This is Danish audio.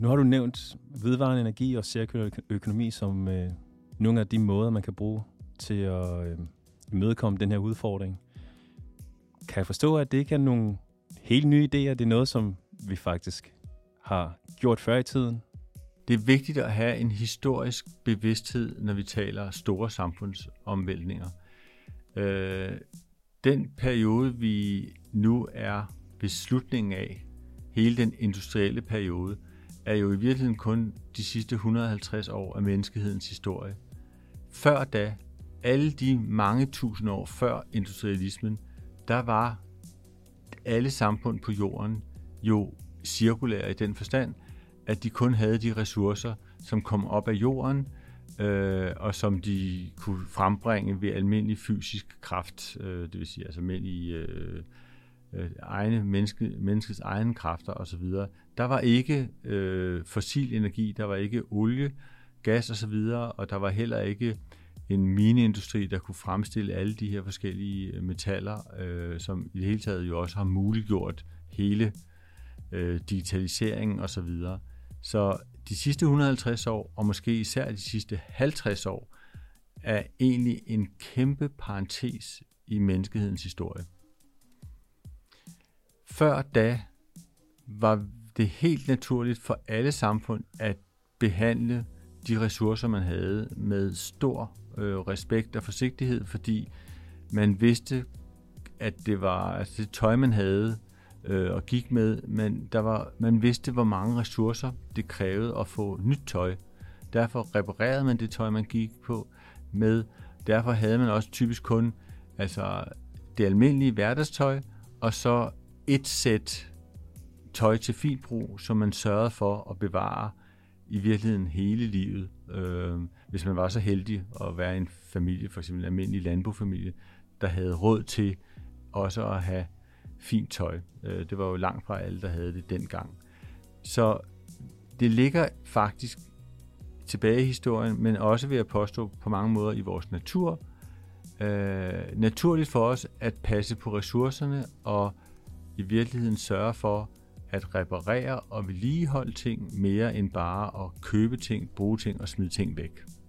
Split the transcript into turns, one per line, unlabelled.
Nu har du nævnt vedvarende energi og cirkulær økonomi som nogle af de måder, man kan bruge til at imødekomme den her udfordring. Kan jeg forstå, at det ikke er nogle helt nye idéer? Det er noget, som vi faktisk har gjort før i tiden?
Det er vigtigt at have en historisk bevidsthed, når vi taler store samfundsomvæltninger. Den periode, vi nu er ved slutningen af, hele den industrielle periode, er jo i virkeligheden kun de sidste 150 år af menneskehedens historie. Før da, alle de mange tusind år før industrialismen, der var alle samfund på jorden jo cirkulære i den forstand, at de kun havde de ressourcer, som kom op af jorden, og som de kunne frembringe ved almindelig fysisk kraft, det vil sige altså almindelig menneskets egne kræfter osv. Der var ikke fossil energi, der var ikke olie, gas osv., og der var heller ikke en mineindustri, der kunne fremstille alle de her forskellige metaller, som i det hele taget jo også har muliggjort hele digitaliseringen osv. Så de sidste 150 år, og måske især de sidste 50 år, er egentlig en kæmpe parentes i menneskehedens historie. Før da var det helt naturligt for alle samfund at behandle de ressourcer, man havde, med stor respekt og forsigtighed, fordi man vidste, at det var altså det tøj, man havde og gik med, men man vidste, hvor mange ressourcer det krævede at få nyt tøj. Derfor reparerede man det tøj, man gik på med. Derfor havde man også typisk kun det almindelige hverdagstøj, og så et sæt tøj til fint brug, som man sørgede for at bevare i virkeligheden hele livet. Hvis man var så heldig at være en familie, for eksempel en almindelig landbofamilie, der havde råd til også at have fint tøj. Det var jo langt fra alle, der havde det dengang. Så det ligger faktisk tilbage i historien, men også ved at påstå på mange måder i vores natur. Naturligt for os at passe på ressourcerne og i virkeligheden sørge for at reparere og vedligeholde ting mere end bare at købe ting, bruge ting og smide ting væk.